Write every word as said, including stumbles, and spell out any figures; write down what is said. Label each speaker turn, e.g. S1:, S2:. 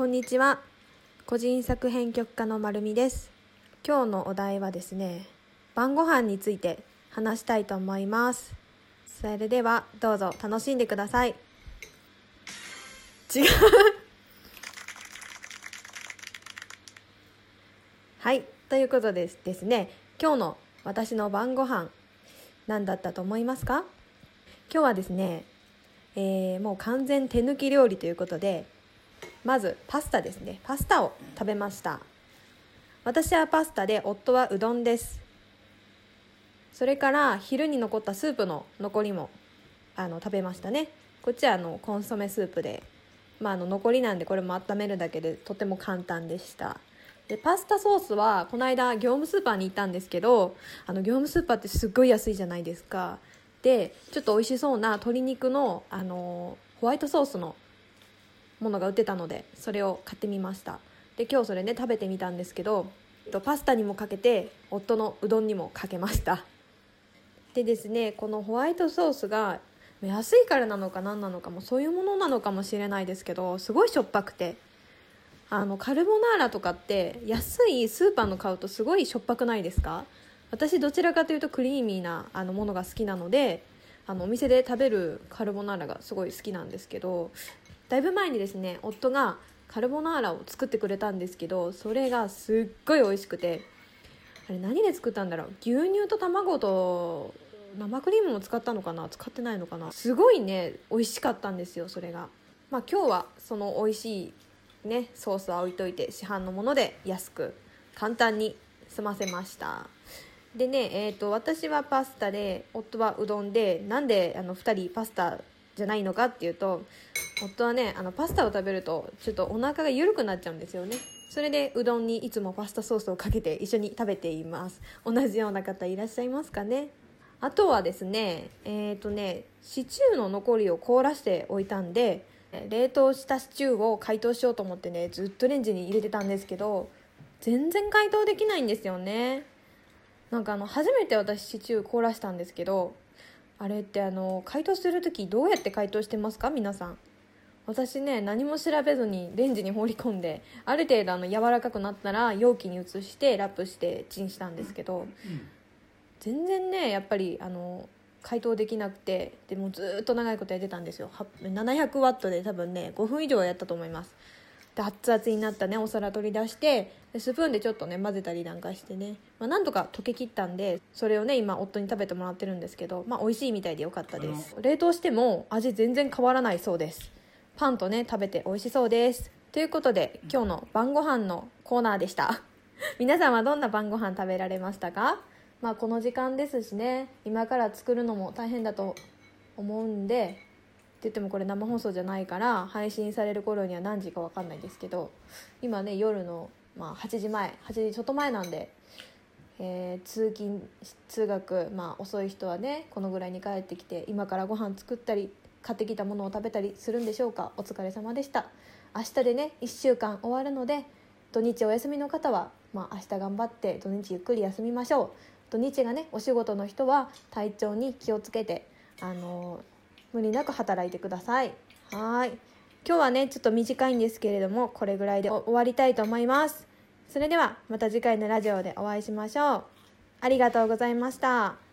S1: こんにちは。個人作編曲家のまるみです。今日のお題はですね、晩ご飯について話したいと思います。それではどうぞ楽しんでください。違うはい、ということでですね、今日の私の晩ご飯何だったと思いますか？今日はですね、えー、もう完全手抜き料理ということで、まずパスタですね。パスタを食べました。私はパスタで、夫はうどんです。それから昼に残ったスープの残りもあの食べましたね。こっちはあのコンソメスープで、まあ、あの残りなんでこれも温めるだけでとても簡単でした。でパスタソースはこの間業務スーパーに行ったんですけど、あの業務スーパーってすっごい安いじゃないですか。でちょっと美味しそうな鶏肉の、あのホワイトソースのものが売ってたので、それを買ってみました。で今日それね食べてみたんですけど、パスタにもかけて夫のうどんにもかけました。でですね、このホワイトソースが安いからなのか何なのかも、そういうものなのかもしれないですけど、すごいしょっぱくて、あのカルボナーラとかって安いスーパーの買うとすごいしょっぱくないですか？私どちらかというとクリーミーなあのものが好きなので、あのお店で食べるカルボナーラがすごい好きなんですけど、だいぶ前にですね、夫がカルボナーラを作ってくれたんですけど、それがすっごい美味しくて、あれ何で作ったんだろう、牛乳と卵と生クリームも使ったのかな、使ってないのかな、すごいね美味しかったんですよ、それが。まあ今日はその美味しいねソースは置いといて、市販のもので安く簡単に済ませました。でね、えーと、私はパスタで夫はうどんで、なんであのふたりパスタじゃないのかっていうと、夫はねあのパスタを食べるとちょっとお腹が緩くなっちゃうんですよね。それでうどんにいつもパスタソースをかけて一緒に食べています。同じような方いらっしゃいますかね。あとはですね、えーとねシチューの残りを凍らしておいたんで、冷凍したシチューを解凍しようと思ってね、ずっとレンジに入れてたんですけど、全然解凍できないんですよね。なんかあの初めて私シチュー凍らしたんですけど、あれってあの解凍するときどうやって解凍してますか皆さん？私ね何も調べずにレンジに放り込んで、ある程度あの柔らかくなったら容器に移してラップしてチンしたんですけど、全然ねやっぱりあの解凍できなくて、でもずっと長いことやってたんですよ。ななひゃくワットで多分ねごふん以上やったと思います。で熱々になったねお皿取り出して、でスプーンでちょっとね混ぜたりなんかしてね、まあ、なんとか溶けきったんで、それをね今夫に食べてもらってるんですけど、まあ美味しいみたいでよかったです。冷凍しても味全然変わらないそうです。パンとね食べて美味しそうです。ということで今日の晩ご飯のコーナーでした皆さんはどんな晩ご飯食べられましたか？まあこの時間ですしね、今から作るのも大変だと思うんで、って言ってもこれ生放送じゃないから配信される頃には何時か分かんないですけど、今ね夜の、まあ、はちじまえはちじちょっと前なんで、えー、通勤通学、まあ、遅い人はねこのぐらいに帰ってきて今からご飯作ったり買ってきたものを食べたりするんでしょうか。お疲れ様でした。明日でねいっしゅうかん終わるので、土日お休みの方は、まあ、明日頑張って土日ゆっくり休みましょう。土日がねお仕事の人は体調に気をつけて、あのー、無理なく働いてください。はい、今日はねちょっと短いんですけれども、これぐらいで終わりたいと思います。それではまた次回のラジオでお会いしましょう。ありがとうございました。